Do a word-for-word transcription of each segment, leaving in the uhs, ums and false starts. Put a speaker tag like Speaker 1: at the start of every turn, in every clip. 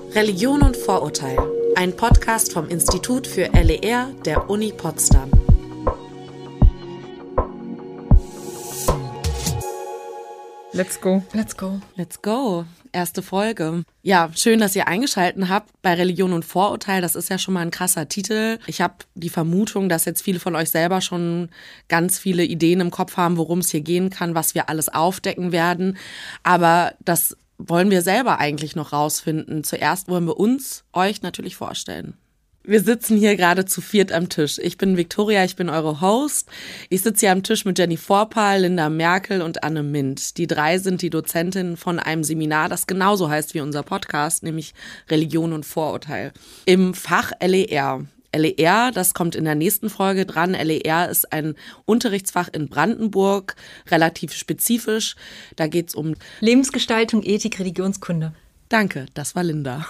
Speaker 1: Religion und Vorurteil, ein Podcast vom Institut für L E R der Uni Potsdam.
Speaker 2: Let's go.
Speaker 1: Let's go. Let's go. Erste Folge. Ja, schön, dass ihr eingeschaltet habt bei Religion und Vorurteil. Das ist ja schon mal ein krasser Titel. Ich habe die Vermutung, dass jetzt viele von euch selber schon ganz viele Ideen im Kopf haben, worum es hier gehen kann, was wir alles aufdecken werden. Aber das wollen wir selber eigentlich noch rausfinden. Zuerst wollen wir uns, euch natürlich vorstellen. Wir sitzen hier gerade zu viert am Tisch. Ich bin Viktoria, ich bin eure Host. Ich sitze hier am Tisch mit Jenny Vorpal, Linda Merkel und Anne Mint. Die drei sind die Dozentinnen von einem Seminar, das genauso heißt wie unser Podcast, nämlich Religion und Vorurteil. Im Fach L E R. L E R, das kommt in der nächsten Folge dran. L E R ist ein Unterrichtsfach in Brandenburg, relativ spezifisch. Da geht es um
Speaker 3: Lebensgestaltung, Ethik, Religionskunde.
Speaker 1: Danke, das war Linda.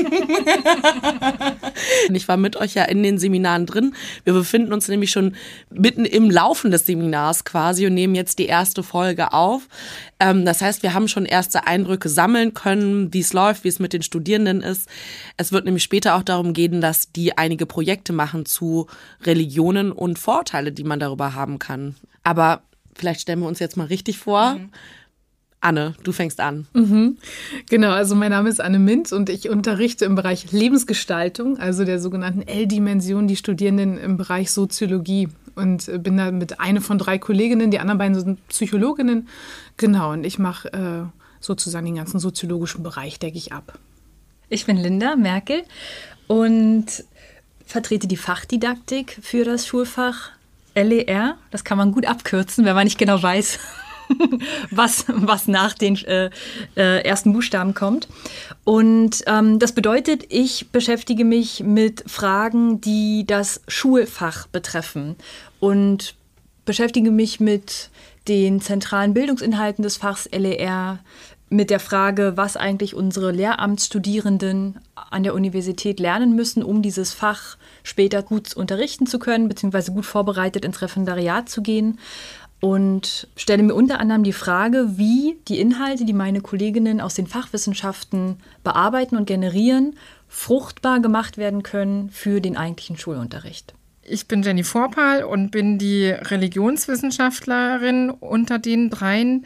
Speaker 1: Ich war mit euch ja in den Seminaren drin. Wir befinden uns nämlich schon mitten im Laufen des Seminars quasi und nehmen jetzt die erste Folge auf. Das heißt, wir haben schon erste Eindrücke sammeln können, wie es läuft, wie es mit den Studierenden ist. Es wird nämlich später auch darum gehen, dass die einige Projekte machen zu Religionen und Vorurteile, die man darüber haben kann. Aber vielleicht stellen wir uns jetzt mal richtig vor. Mhm. Anne, du fängst an.
Speaker 2: Mhm. Genau, also mein Name ist Anne Mint und ich unterrichte im Bereich Lebensgestaltung, also der sogenannten L-Dimension, die Studierenden im Bereich Soziologie. Und bin da mit einer von drei Kolleginnen, die anderen beiden sind Psychologinnen. Genau, und ich mache äh, sozusagen den ganzen soziologischen Bereich, decke ich ab.
Speaker 3: Ich bin Linda Merkel und vertrete die Fachdidaktik für das Schulfach L E R. Das kann man gut abkürzen, wenn man nicht genau weiß, was, was nach den äh, äh, ersten Buchstaben kommt. Und ähm, das bedeutet, ich beschäftige mich mit Fragen, die das Schulfach betreffen und beschäftige mich mit den zentralen Bildungsinhalten des Fachs L E R, mit der Frage, was eigentlich unsere Lehramtsstudierenden an der Universität lernen müssen, um dieses Fach später gut unterrichten zu können, beziehungsweise gut vorbereitet ins Referendariat zu gehen. Und stelle mir unter anderem die Frage, wie die Inhalte, die meine Kolleginnen aus den Fachwissenschaften bearbeiten und generieren, fruchtbar gemacht werden können für den eigentlichen Schulunterricht.
Speaker 2: Ich bin Jenny Vorpal und bin die Religionswissenschaftlerin unter den dreien.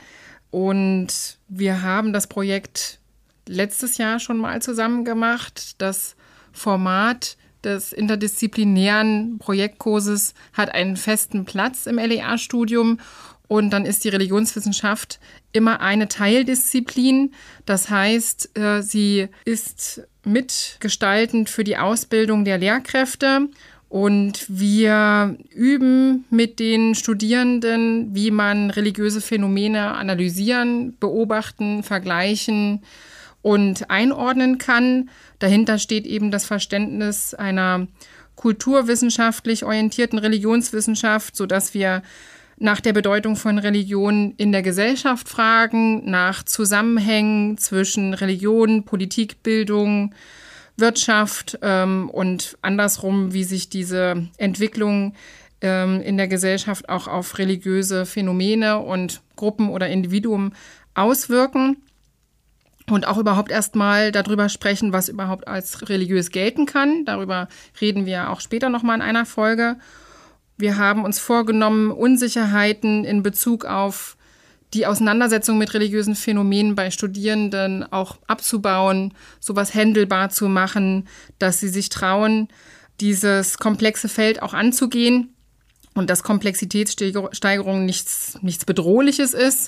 Speaker 2: Und wir haben das Projekt letztes Jahr schon mal zusammen gemacht. Das Format des interdisziplinären Projektkurses hat einen festen Platz im L E R-Studium und dann ist die Religionswissenschaft immer eine Teildisziplin. Das heißt, sie ist mitgestaltend für die Ausbildung der Lehrkräfte und wir üben mit den Studierenden, wie man religiöse Phänomene analysieren, beobachten, vergleichen und einordnen kann. Dahinter steht eben das Verständnis einer kulturwissenschaftlich orientierten Religionswissenschaft, sodass wir nach der Bedeutung von Religion in der Gesellschaft fragen, nach Zusammenhängen zwischen Religion, Politikbildung, Wirtschaft ähm, und andersrum, wie sich diese Entwicklung ähm, in der Gesellschaft auch auf religiöse Phänomene und Gruppen oder Individuen auswirken. Und auch überhaupt erstmal darüber sprechen, was überhaupt als religiös gelten kann. Darüber reden wir auch später nochmal in einer Folge. Wir haben uns vorgenommen, Unsicherheiten in Bezug auf die Auseinandersetzung mit religiösen Phänomenen bei Studierenden auch abzubauen, sowas händelbar zu machen, dass sie sich trauen, dieses komplexe Feld auch anzugehen und dass Komplexitätssteigerung nichts, nichts Bedrohliches ist,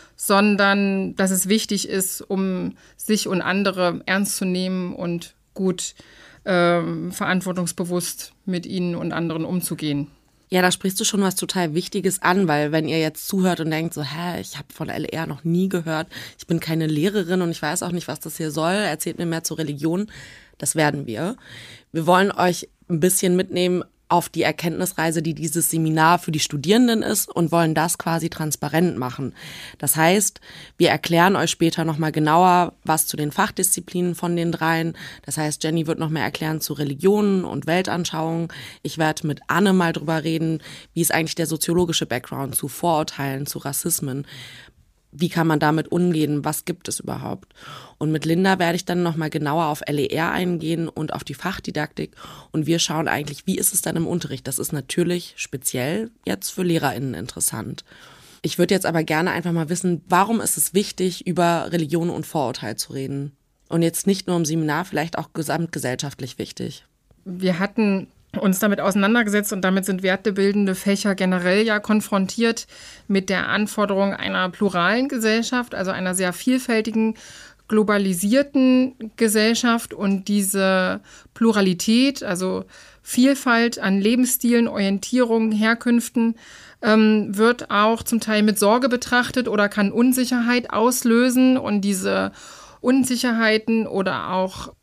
Speaker 2: sondern dass es wichtig ist, um sich und andere ernst zu nehmen und gut ähm, verantwortungsbewusst mit ihnen und anderen umzugehen.
Speaker 1: Ja, da sprichst du schon was total Wichtiges an, weil wenn ihr jetzt zuhört und denkt so, hä, ich habe von L E R noch nie gehört, ich bin keine Lehrerin und ich weiß auch nicht, was das hier soll, erzählt mir mehr zur Religion, das werden wir. Wir wollen euch ein bisschen mitnehmen auf die Erkenntnisreise, die dieses Seminar für die Studierenden ist und wollen das quasi transparent machen. Das heißt, wir erklären euch später nochmal genauer, was zu den Fachdisziplinen von den dreien. Das heißt, Jenny wird noch mehr erklären zu Religionen und Weltanschauungen. Ich werde mit Anne mal drüber reden, wie ist eigentlich der soziologische Background zu Vorurteilen, zu Rassismen. wie kann man damit umgehen, was gibt es überhaupt. Und mit Linda werde ich dann nochmal genauer auf L E R eingehen und auf die Fachdidaktik und wir schauen eigentlich, wie ist es dann im Unterricht. Das ist natürlich speziell jetzt für LehrerInnen interessant. Ich würde jetzt aber gerne einfach mal wissen, warum ist es wichtig, über Religion und Vorurteil zu reden? Und jetzt nicht nur im Seminar, vielleicht auch gesamtgesellschaftlich wichtig.
Speaker 2: Wir hatten uns damit auseinandergesetzt und damit sind wertebildende Fächer generell ja konfrontiert mit der Anforderung einer pluralen Gesellschaft, also einer sehr vielfältigen, globalisierten Gesellschaft. Und diese Pluralität, also Vielfalt an Lebensstilen, Orientierungen, Herkünften, ähm, wird auch zum Teil mit Sorge betrachtet oder kann Unsicherheit auslösen. Und diese Unsicherheiten oder auch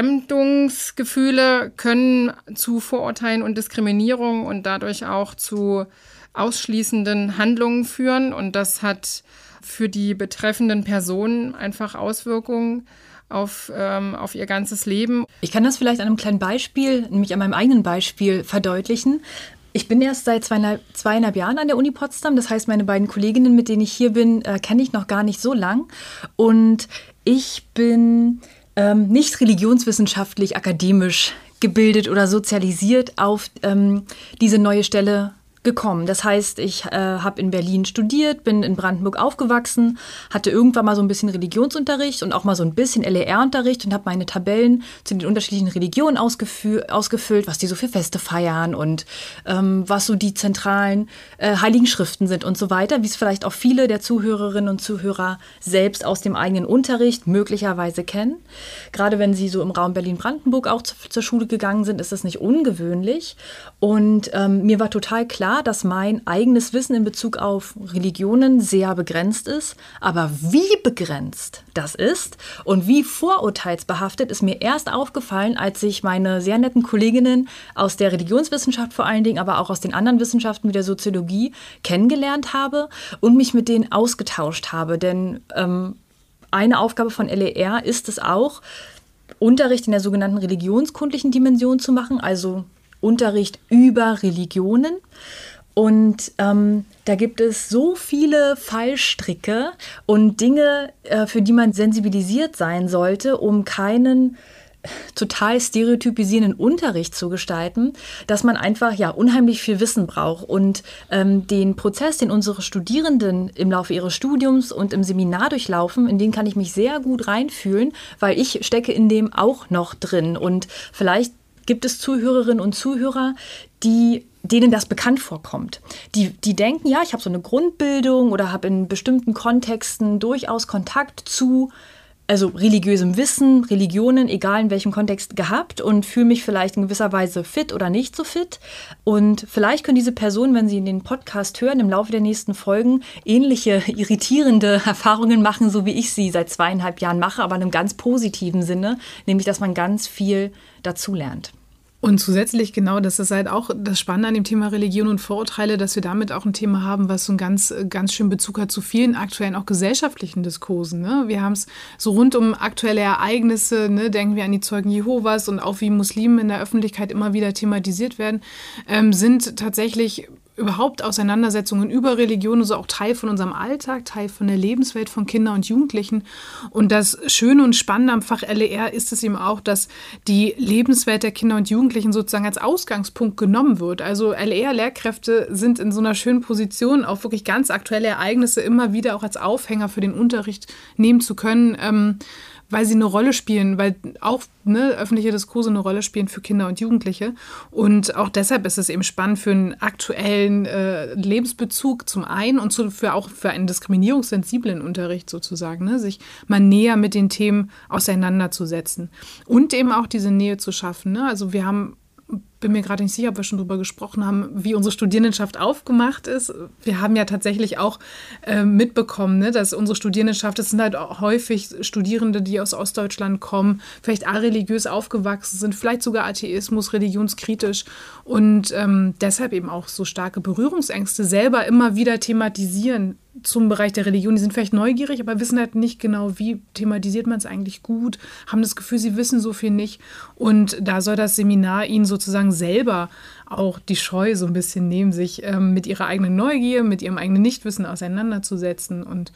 Speaker 2: Befremdungsgefühle können zu Vorurteilen und Diskriminierung und dadurch auch zu ausschließenden Handlungen führen. Und das hat für die betreffenden Personen einfach Auswirkungen auf, ähm, auf ihr ganzes Leben.
Speaker 3: Ich kann das vielleicht an einem kleinen Beispiel, nämlich an meinem eigenen Beispiel, verdeutlichen. Ich bin erst seit zweieinhalb, zweieinhalb Jahren an der Uni Potsdam. Das heißt, meine beiden Kolleginnen, mit denen ich hier bin, äh, kenne ich noch gar nicht so lang. Und ich bin ähm, nicht religionswissenschaftlich, akademisch gebildet oder sozialisiert auf ähm, diese neue Stelle gekommen. Das heißt, ich äh, habe in Berlin studiert, bin in Brandenburg aufgewachsen, hatte irgendwann mal so ein bisschen Religionsunterricht und auch mal so ein bisschen L E R-Unterricht und habe meine Tabellen zu den unterschiedlichen Religionen ausgefü- ausgefüllt, was die so für Feste feiern und ähm, was so die zentralen äh, heiligen Schriften sind und so weiter, wie es vielleicht auch viele der Zuhörerinnen und Zuhörer selbst aus dem eigenen Unterricht möglicherweise kennen. Gerade wenn sie so im Raum Berlin-Brandenburg auch zu, zur Schule gegangen sind, ist das nicht ungewöhnlich. Und ähm, mir war total klar, dass mein eigenes Wissen in Bezug auf Religionen sehr begrenzt ist. Aber wie begrenzt das ist und wie vorurteilsbehaftet ist mir erst aufgefallen, als ich meine sehr netten Kolleginnen aus der Religionswissenschaft vor allen Dingen, aber auch aus den anderen Wissenschaften wie der Soziologie kennengelernt habe und mich mit denen ausgetauscht habe. Denn ähm, eine Aufgabe von L E R ist es auch, Unterricht in der sogenannten religionskundlichen Dimension zu machen, also Unterricht über Religionen. Und ähm, da gibt es so viele Fallstricke und Dinge, äh, für die man sensibilisiert sein sollte, um keinen total stereotypisierenden Unterricht zu gestalten, dass man einfach ja unheimlich viel Wissen braucht. Und ähm, den Prozess, den unsere Studierenden im Laufe ihres Studiums und im Seminar durchlaufen, in den kann ich mich sehr gut reinfühlen, weil ich stecke in dem auch noch drin. Und vielleicht gibt es Zuhörerinnen und Zuhörer, die denen das bekannt vorkommt. Die, die denken, ja, ich habe so eine Grundbildung oder habe in bestimmten Kontexten durchaus Kontakt zu, also religiösem Wissen, Religionen, egal in welchem Kontext, gehabt und fühle mich vielleicht in gewisser Weise fit oder nicht so fit. Und vielleicht können diese Personen, wenn sie den Podcast hören, im Laufe der nächsten Folgen ähnliche irritierende Erfahrungen machen, so wie ich sie seit zweieinhalb Jahren mache, aber in einem ganz positiven Sinne, nämlich, dass man ganz viel dazulernt.
Speaker 4: Und zusätzlich, genau, das ist halt auch das Spannende an dem Thema Religion und Vorurteile, dass wir damit auch ein Thema haben, was so einen ganz, ganz schönen Bezug hat zu vielen aktuellen, auch gesellschaftlichen Diskursen. Ne? Wir haben es so rund um aktuelle Ereignisse, ne? Denken wir an die Zeugen Jehovas und auch wie Muslime in der Öffentlichkeit immer wieder thematisiert werden, ähm, sind tatsächlich überhaupt Auseinandersetzungen über Religion, also auch Teil von unserem Alltag, Teil von der Lebenswelt von Kindern und Jugendlichen. Und das Schöne und Spannende am Fach L E R ist es eben auch, dass die Lebenswelt der Kinder und Jugendlichen sozusagen als Ausgangspunkt genommen wird. Also L E R-Lehrkräfte sind in so einer schönen Position, auch wirklich ganz aktuelle Ereignisse immer wieder auch als Aufhänger für den Unterricht nehmen zu können, ähm, weil sie eine Rolle spielen, weil auch ne, öffentliche Diskurse eine Rolle spielen für Kinder und Jugendliche. Und auch deshalb ist es eben spannend für einen aktuellen äh, Lebensbezug zum einen und zu, für auch für einen diskriminierungssensiblen Unterricht sozusagen, ne, sich mal näher mit den Themen auseinanderzusetzen und eben auch diese Nähe zu schaffen. Ne? Also wir haben bin mir gerade nicht sicher, ob wir schon darüber gesprochen haben, wie unsere Studierendenschaft aufgemacht ist. Wir haben ja tatsächlich auch äh, mitbekommen, ne, dass unsere Studierendenschaft, das sind halt auch häufig Studierende, die aus Ostdeutschland kommen, vielleicht areligiös aufgewachsen sind, vielleicht sogar Atheismus, religionskritisch und ähm, deshalb eben auch so starke Berührungsängste selber immer wieder thematisieren zum Bereich der Religion. Die sind vielleicht neugierig, aber wissen halt nicht genau, wie thematisiert man es eigentlich gut, haben das Gefühl, sie wissen so viel nicht. Und da soll das Seminar ihnen sozusagen selber auch die Scheu so ein bisschen nehmen, sich ähm, mit ihrer eigenen Neugier, mit ihrem eigenen Nichtwissen auseinanderzusetzen. Und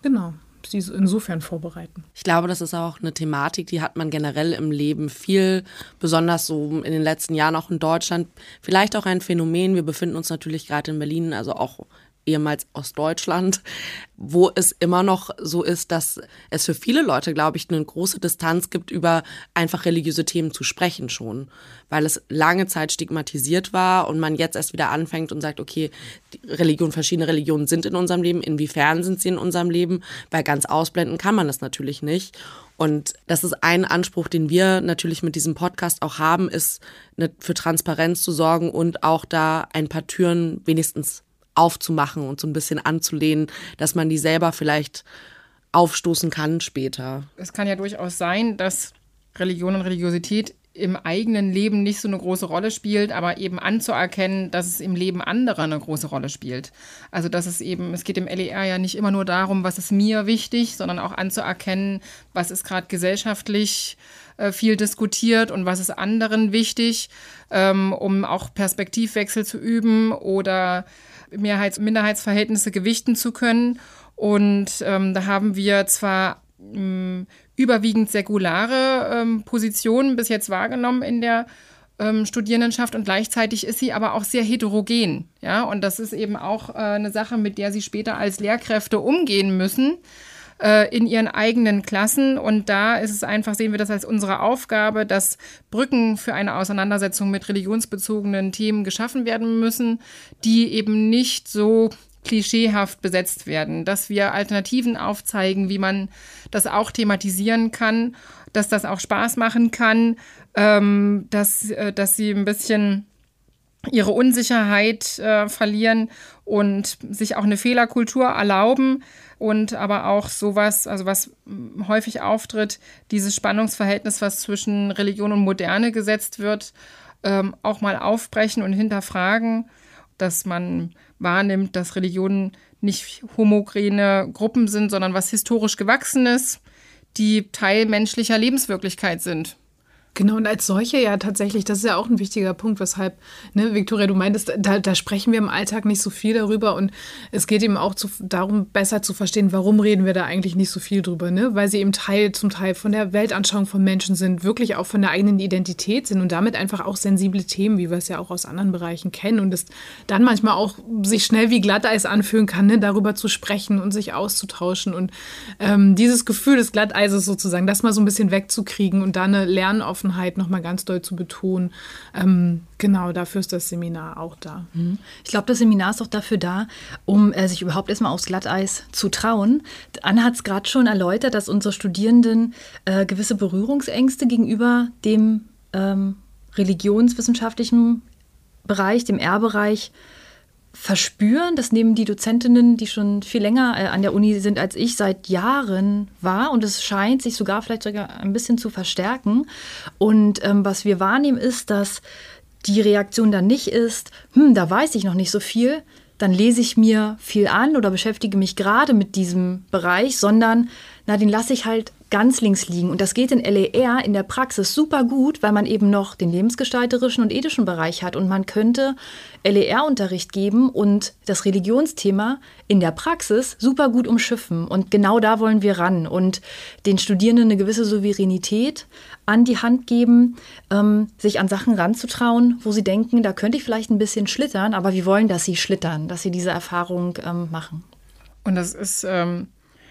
Speaker 4: Genau. Sie insofern vorbereiten.
Speaker 1: Ich glaube, das ist auch eine Thematik, die hat man generell im Leben viel, besonders so in den letzten Jahren auch in Deutschland. Vielleicht auch ein Phänomen, wir befinden uns natürlich gerade in Berlin, also auch ehemals Ostdeutschland, wo es immer noch so ist, dass es für viele Leute, glaube ich, eine große Distanz gibt, über einfach religiöse Themen zu sprechen schon, weil es lange Zeit stigmatisiert war und man jetzt erst wieder anfängt und sagt, okay, die Religion, verschiedene Religionen sind in unserem Leben, inwiefern sind sie in unserem Leben, weil ganz ausblenden kann man das natürlich nicht. Und das ist ein Anspruch, den wir natürlich mit diesem Podcast auch haben, ist für Transparenz zu sorgen und auch da ein paar Türen wenigstens aufzumachen und so ein bisschen anzulehnen, dass man die selber vielleicht aufstoßen kann später.
Speaker 2: Es kann ja durchaus sein, dass Religion und Religiosität im eigenen Leben nicht so eine große Rolle spielt, aber eben anzuerkennen, dass es im Leben anderer eine große Rolle spielt. Also dass es eben, es geht im L E R ja nicht immer nur darum, was ist mir wichtig, sondern auch anzuerkennen, was ist gerade gesellschaftlich äh, viel diskutiert und was ist anderen wichtig, ähm, um auch Perspektivwechsel zu üben oder Mehrheits- und Minderheitsverhältnisse gewichten zu können. Und ähm, da haben wir zwar ähm, überwiegend säkulare ähm, Positionen bis jetzt wahrgenommen in der ähm, Studierendenschaft und gleichzeitig ist sie aber auch sehr heterogen. Ja? Und das ist eben auch äh, eine Sache, mit der sie später als Lehrkräfte umgehen müssen äh, in ihren eigenen Klassen. Und da ist es einfach, sehen wir das als unsere Aufgabe, dass Brücken für eine Auseinandersetzung mit religionsbezogenen Themen geschaffen werden müssen, die eben nicht so klischeehaft besetzt werden, dass wir Alternativen aufzeigen, wie man das auch thematisieren kann, dass das auch Spaß machen kann, ähm, dass, äh, dass sie ein bisschen ihre Unsicherheit äh, verlieren und sich auch eine Fehlerkultur erlauben und aber auch sowas, also was häufig auftritt, dieses Spannungsverhältnis, was zwischen Religion und Moderne gesetzt wird, ähm, auch mal aufbrechen und hinterfragen, dass man wahrnimmt, dass Religionen nicht homogene Gruppen sind, sondern was historisch Gewachsenes, die Teil menschlicher Lebenswirklichkeit sind.
Speaker 4: Genau, und als solche ja tatsächlich, das ist ja auch ein wichtiger Punkt, weshalb, ne, Viktoria, du meintest, da, da sprechen wir im Alltag nicht so viel darüber und es geht eben auch zu, darum, besser zu verstehen, warum reden wir da eigentlich nicht so viel drüber, ne? Weil sie eben Teil zum Teil von der Weltanschauung von Menschen sind, wirklich auch von der eigenen Identität sind und damit einfach auch sensible Themen, wie wir es ja auch aus anderen Bereichen kennen und es dann manchmal auch sich schnell wie Glatteis anfühlen kann, ne? Darüber zu sprechen und sich auszutauschen und ähm, dieses Gefühl des Glatteises sozusagen, das mal so ein bisschen wegzukriegen und da eine Lernaufnahme noch mal ganz doll zu betonen. Ähm, genau, dafür ist das Seminar auch da.
Speaker 3: Ich glaube, das Seminar ist auch dafür da, um äh, sich überhaupt erstmal aufs Glatteis zu trauen. Anna hat es gerade schon erläutert, dass unsere Studierenden äh, gewisse Berührungsängste gegenüber dem ähm, religionswissenschaftlichen Bereich, dem R-Bereich, verspüren. Das nehmen die Dozentinnen, die schon viel länger äh, an der Uni sind als ich, seit Jahren wahr. Und es scheint sich sogar vielleicht sogar ein bisschen zu verstärken. Und ähm, was wir wahrnehmen, ist, dass die Reaktion dann nicht ist, hm, da weiß ich noch nicht so viel, dann lese ich mir viel an oder beschäftige mich gerade mit diesem Bereich, sondern na, den lasse ich halt ganz links liegen. Und das geht in L E R in der Praxis super gut, weil man eben noch den lebensgestalterischen und ethischen Bereich hat. Und man könnte L E R-Unterricht geben und das Religionsthema in der Praxis super gut umschiffen. Und genau da wollen wir ran und den Studierenden eine gewisse Souveränität an die Hand geben, ähm, sich an Sachen ranzutrauen, wo sie denken, da könnte ich vielleicht ein bisschen schlittern, aber wir wollen, dass sie schlittern, dass sie diese Erfahrung ähm, machen.
Speaker 2: Und das ist ähm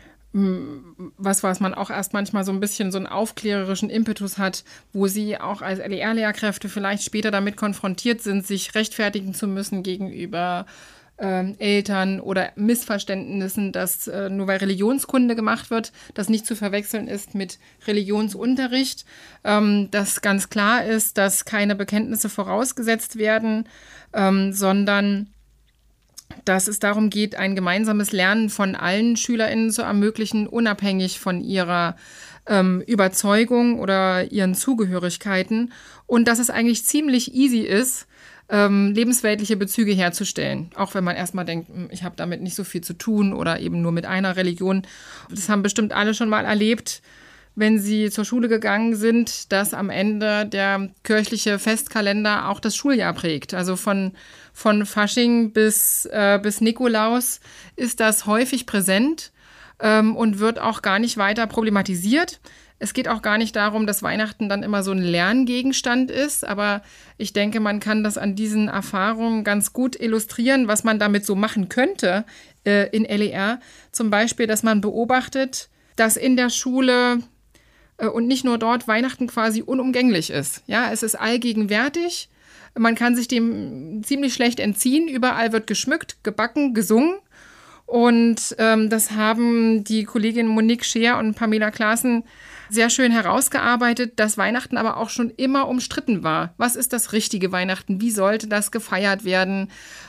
Speaker 2: was, was man auch erst manchmal so ein bisschen so einen aufklärerischen Impetus hat, wo sie auch als L E R-Lehrkräfte vielleicht später damit konfrontiert sind, sich rechtfertigen zu müssen gegenüber ähm, Eltern oder Missverständnissen, dass äh, nur weil Religionskunde gemacht wird, das nicht zu verwechseln ist mit Religionsunterricht, ähm, dass ganz klar ist, dass keine Bekenntnisse vorausgesetzt werden, ähm, sondern dass es darum geht, ein gemeinsames Lernen von allen SchülerInnen zu ermöglichen, unabhängig von ihrer ähm, Überzeugung oder ihren Zugehörigkeiten. Und dass es eigentlich ziemlich easy ist, ähm, lebensweltliche Bezüge herzustellen. Auch wenn man erstmal denkt, ich habe damit nicht so viel zu tun oder eben nur mit einer Religion. Das haben bestimmt alle schon mal erlebt, wenn sie zur Schule gegangen sind, dass am Ende der kirchliche Festkalender auch das Schuljahr prägt. Also von, von Fasching bis, äh, bis Nikolaus ist das häufig präsent. ähm, und wird auch gar nicht weiter problematisiert. Es geht auch gar nicht darum, dass Weihnachten dann immer so ein Lerngegenstand ist, aber ich denke, man kann das an diesen Erfahrungen ganz gut illustrieren, was man damit so machen könnte äh, in L E R. Zum Beispiel, dass man beobachtet, dass in der Schule äh, und nicht nur dort Weihnachten quasi unumgänglich ist. Ja, es ist allgegenwärtig, man kann sich dem ziemlich schlecht entziehen, überall wird geschmückt, gebacken, gesungen. Und ähm, das haben die Kolleginnen Monique Scheer und Pamela Klaassen sehr schön herausgearbeitet, dass Weihnachten aber auch schon immer umstritten war. Was ist das richtige Weihnachten? Wie sollte das gefeiert werden?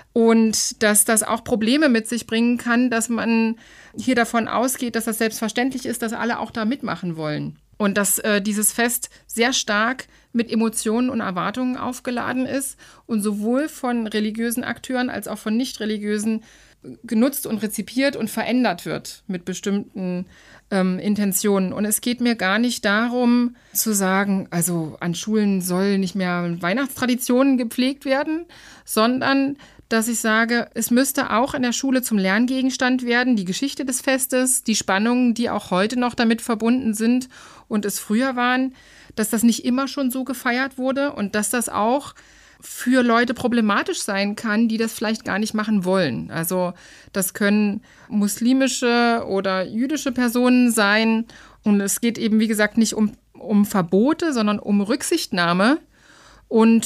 Speaker 2: Und dass das auch Probleme mit sich bringen kann, dass man hier davon ausgeht, dass das selbstverständlich ist, dass alle auch da mitmachen wollen. Und dass äh, dieses Fest sehr stark mit Emotionen und Erwartungen aufgeladen ist und sowohl von religiösen Akteuren als auch von nicht-religiösen genutzt und rezipiert und verändert wird mit bestimmten ähm, Intentionen. Und es geht mir gar nicht darum zu sagen, also an Schulen soll nicht mehr Weihnachtstraditionen gepflegt werden, sondern dass ich sage, es müsste auch in der Schule zum Lerngegenstand werden, die Geschichte des Festes, die Spannungen, die auch heute noch damit verbunden sind und es früher waren, dass das nicht immer schon so gefeiert wurde und dass das auch für Leute problematisch sein kann, die das vielleicht gar nicht machen wollen. Also das können muslimische oder jüdische Personen sein. Und es geht eben, wie gesagt, nicht um, um Verbote, sondern um Rücksichtnahme und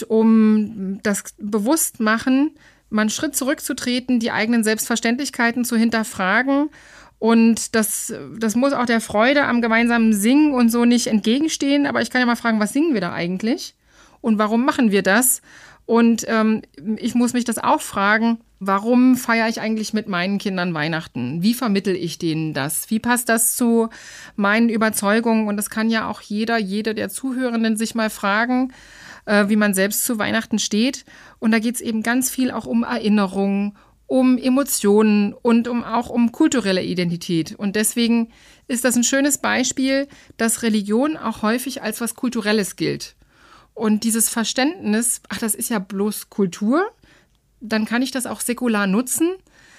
Speaker 2: um das Bewusstmachen, mal einen Schritt zurückzutreten, die eigenen Selbstverständlichkeiten zu hinterfragen. Und das, das muss auch der Freude am gemeinsamen Singen und so nicht entgegenstehen. Aber ich kann ja mal fragen, was singen wir da eigentlich? Und warum machen wir das? Und ähm, ich muss mich das auch fragen, warum feiere ich eigentlich mit meinen Kindern Weihnachten? Wie vermittle ich denen das? Wie passt das zu meinen Überzeugungen? Und das kann ja auch jeder, jede der Zuhörenden sich mal fragen, äh, wie man selbst zu Weihnachten steht. Und da geht es eben ganz viel auch um Erinnerungen, um Emotionen und um auch um kulturelle Identität. Und deswegen ist das ein schönes Beispiel, dass Religion auch häufig als was Kulturelles gilt. Und dieses Verständnis, ach, das ist ja bloß Kultur, dann kann ich das auch säkular nutzen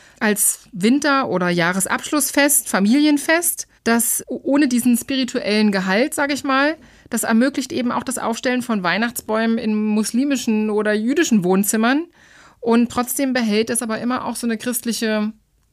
Speaker 2: als Winter- oder Jahresabschlussfest, Familienfest, das ohne diesen spirituellen Gehalt, sage ich mal, das ermöglicht eben auch das Aufstellen von Weihnachtsbäumen in muslimischen oder jüdischen Wohnzimmern und trotzdem behält es aber immer auch so eine christliche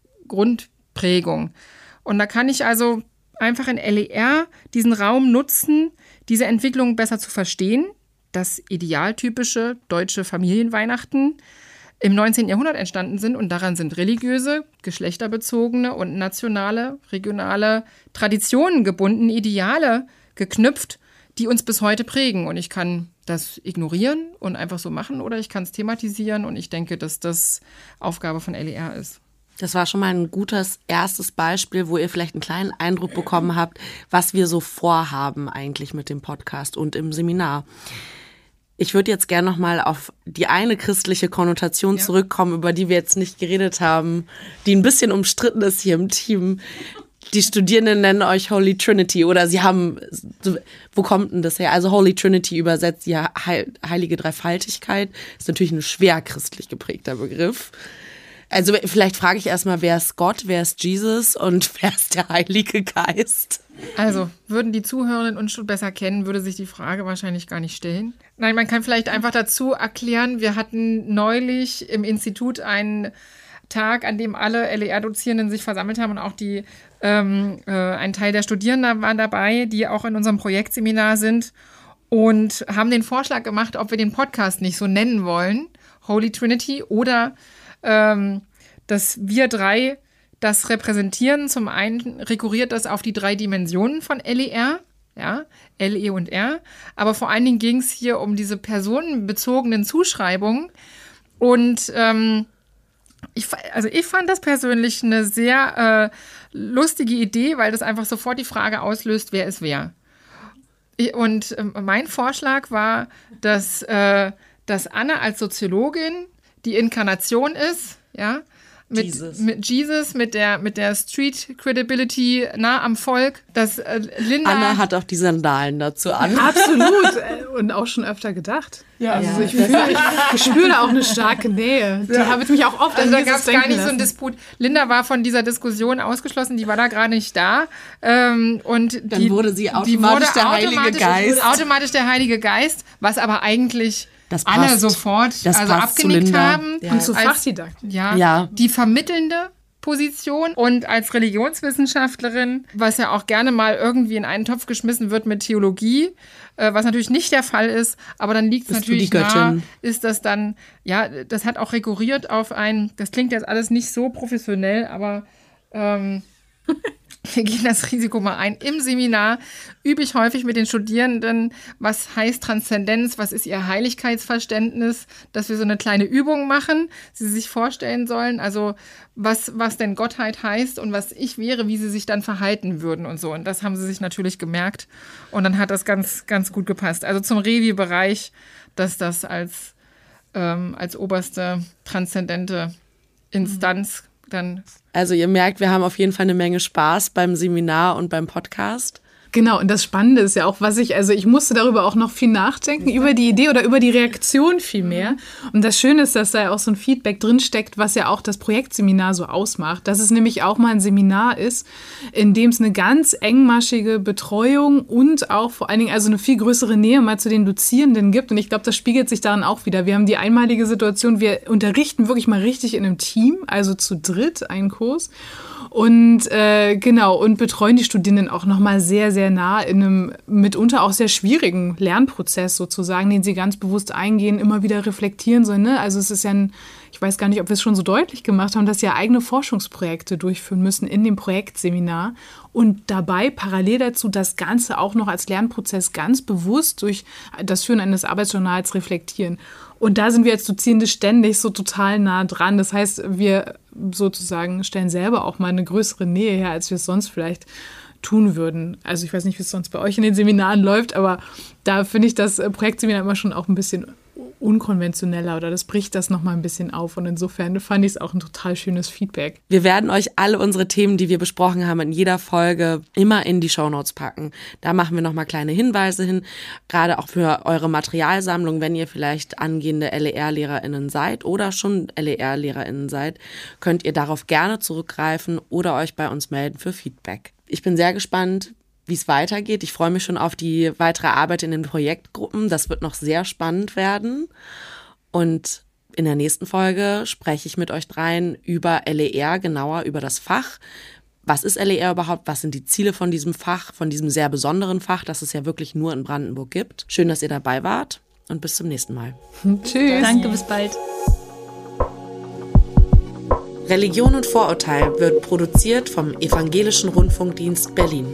Speaker 2: Grundprägung. Und da kann ich also einfach in L E R diesen Raum nutzen, diese Entwicklung besser zu verstehen. Das idealtypische deutsche Familienweihnachten im neunzehnten Jahrhundert entstanden sind und daran sind religiöse, geschlechterbezogene und nationale, regionale Traditionen gebunden, Ideale geknüpft, die uns bis heute prägen. Und ich kann das ignorieren und einfach so machen oder ich kann es thematisieren und ich denke, dass das Aufgabe von L E R ist.
Speaker 1: Das war schon mal ein gutes erstes Beispiel, wo ihr vielleicht einen kleinen Eindruck bekommen habt, was wir so vorhaben eigentlich mit dem Podcast und im Seminar. Ich würde jetzt gerne noch mal auf die eine christliche Konnotation ja. zurückkommen, über die wir jetzt nicht geredet haben, die ein bisschen umstritten ist hier im Team. Die Studierenden nennen euch Holy Trinity oder sie haben, wo kommt denn das her? Also Holy Trinity übersetzt ja heilige Dreifaltigkeit, ist natürlich ein schwer christlich geprägter Begriff. Also vielleicht frage ich erstmal, wer ist Gott, wer ist Jesus und wer ist der Heilige Geist?
Speaker 2: Also, würden die Zuhörenden uns schon besser kennen, würde sich die Frage wahrscheinlich gar nicht stellen. Nein, man kann vielleicht einfach dazu erklären, wir hatten neulich im Institut einen Tag, an dem alle L E R-Dozierenden sich versammelt haben und auch die, ähm, äh, ein Teil der Studierenden waren dabei, die auch in unserem Projektseminar sind und haben den Vorschlag gemacht, ob wir den Podcast nicht so nennen wollen, Holy Trinity, oder ähm, dass wir drei das repräsentieren. Zum einen rekurriert das auf die drei Dimensionen von L E R, ja, L, E und R. Aber vor allen Dingen ging es hier um diese personenbezogenen Zuschreibungen. Und ähm, ich, also ich fand das persönlich eine sehr äh, lustige Idee, weil das einfach sofort die Frage auslöst, wer ist wer. Und äh, mein Vorschlag war, dass, äh, dass Anne als Soziologin die Inkarnation ist, ja, mit
Speaker 1: Jesus,
Speaker 2: mit, Jesus, mit der, mit der Street Credibility nah am Volk. Dass äh, Linda
Speaker 1: Anna hat auch die Sandalen dazu an.
Speaker 4: Absolut. Und auch schon öfter gedacht.
Speaker 2: Ja,
Speaker 4: also
Speaker 1: ja.
Speaker 4: ich, fühle, ich, ich spüre da auch eine starke Nähe. Die
Speaker 2: Ja.
Speaker 4: habe ich mich auch oft
Speaker 2: Also
Speaker 4: an
Speaker 2: da
Speaker 4: Jesus
Speaker 2: gab es gar
Speaker 4: denken
Speaker 2: nicht so einen
Speaker 4: lassen.
Speaker 2: Disput. Linda war von dieser Diskussion ausgeschlossen, die war da gerade nicht da. Ähm, und
Speaker 1: Dann
Speaker 2: die,
Speaker 1: wurde sie
Speaker 2: die
Speaker 1: automatisch
Speaker 2: wurde
Speaker 1: der Heilige
Speaker 2: automatisch,
Speaker 1: Geist.
Speaker 2: Automatisch der Heilige Geist, was aber eigentlich
Speaker 1: Das
Speaker 2: alle
Speaker 1: passt.
Speaker 2: sofort
Speaker 1: Das
Speaker 2: also
Speaker 1: passt zu
Speaker 2: abgenickt
Speaker 1: Linda.
Speaker 2: haben.
Speaker 1: Ja.
Speaker 4: Und zu
Speaker 2: Als-
Speaker 4: Fachdidaktik.
Speaker 2: Ja,
Speaker 1: Ja.
Speaker 2: die vermittelnde Position und als Religionswissenschaftlerin, was ja auch gerne mal irgendwie in einen Topf geschmissen wird mit Theologie, äh, was natürlich nicht der Fall ist, aber dann liegt es
Speaker 1: Bist du
Speaker 2: natürlich
Speaker 1: die
Speaker 2: nah,
Speaker 1: Göttin?
Speaker 2: ist das dann, ja, das hat auch rekurriert auf ein, das klingt jetzt alles nicht so professionell, aber ähm, wir gehen das Risiko mal ein. Im Seminar übe ich häufig mit den Studierenden, was heißt Transzendenz, was ist ihr Heiligkeitsverständnis, dass wir so eine kleine Übung machen, sie sich vorstellen sollen, also was, was denn Gottheit heißt und was ich wäre, wie sie sich dann verhalten würden und so. Und das haben sie sich natürlich gemerkt und dann hat das ganz, ganz gut gepasst. Also zum Revi-Bereich, dass das als, ähm, als oberste transzendente Instanz dann.
Speaker 1: Also ihr merkt, wir haben auf jeden Fall eine Menge Spaß beim Seminar und beim Podcast.
Speaker 4: Genau, und das Spannende ist ja auch, was ich, also ich musste darüber auch noch viel nachdenken, über die Idee oder über die Reaktion vielmehr. Und das Schöne ist, dass da ja auch so ein Feedback drinsteckt, was ja auch das Projektseminar so ausmacht. Dass es nämlich auch mal ein Seminar ist, in dem es eine ganz engmaschige Betreuung und auch vor allen Dingen also eine viel größere Nähe mal zu den Dozierenden gibt. Und ich glaube, das spiegelt sich daran auch wieder. Wir haben die einmalige Situation, wir unterrichten wirklich mal richtig in einem Team, also zu dritt einen Kurs. Und äh, genau, und betreuen die Studierenden auch nochmal sehr, sehr nah in einem mitunter auch sehr schwierigen Lernprozess sozusagen, den sie ganz bewusst eingehen, immer wieder reflektieren sollen. Ne? Also es ist ja ein, ich weiß gar nicht, ob wir es schon so deutlich gemacht haben, dass sie ja eigene Forschungsprojekte durchführen müssen in dem Projektseminar und dabei parallel dazu das Ganze auch noch als Lernprozess ganz bewusst durch das Führen eines Arbeitsjournals reflektieren. Und da sind wir als Dozierende ständig so total nah dran. Das heißt, wir sozusagen stellen selber auch mal eine größere Nähe her, als wir es sonst vielleicht tun würden. Also ich weiß nicht, wie es sonst bei euch in den Seminaren läuft, aber da finde ich das Projektseminar immer schon auch ein bisschen unkonventioneller oder das bricht das nochmal ein bisschen auf. Und insofern fand ich es auch ein total schönes Feedback.
Speaker 1: Wir werden euch alle unsere Themen, die wir besprochen haben, in jeder Folge immer in die Shownotes packen. Da machen wir nochmal kleine Hinweise hin, gerade auch für eure Materialsammlung, wenn ihr vielleicht angehende L E R-LehrerInnen seid oder schon L E R-LehrerInnen seid, könnt ihr darauf gerne zurückgreifen oder euch bei uns melden für Feedback. Ich bin sehr gespannt, wie es weitergeht. Ich freue mich schon auf die weitere Arbeit in den Projektgruppen. Das wird noch sehr spannend werden. Und in der nächsten Folge spreche ich mit euch dreien über L E R, genauer über das Fach. Was ist L E R überhaupt? Was sind die Ziele von diesem Fach, von diesem sehr besonderen Fach, das es ja wirklich nur in Brandenburg gibt? Schön, dass ihr dabei wart und bis zum nächsten Mal.
Speaker 4: Tschüss.
Speaker 3: Danke, bis bald.
Speaker 1: Religion und Vorurteil wird produziert vom Evangelischen Rundfunkdienst Berlin.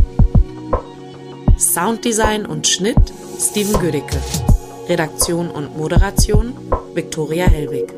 Speaker 1: Sounddesign und Schnitt Steven Gödicke. Redaktion und Moderation Viktoria Hellwig.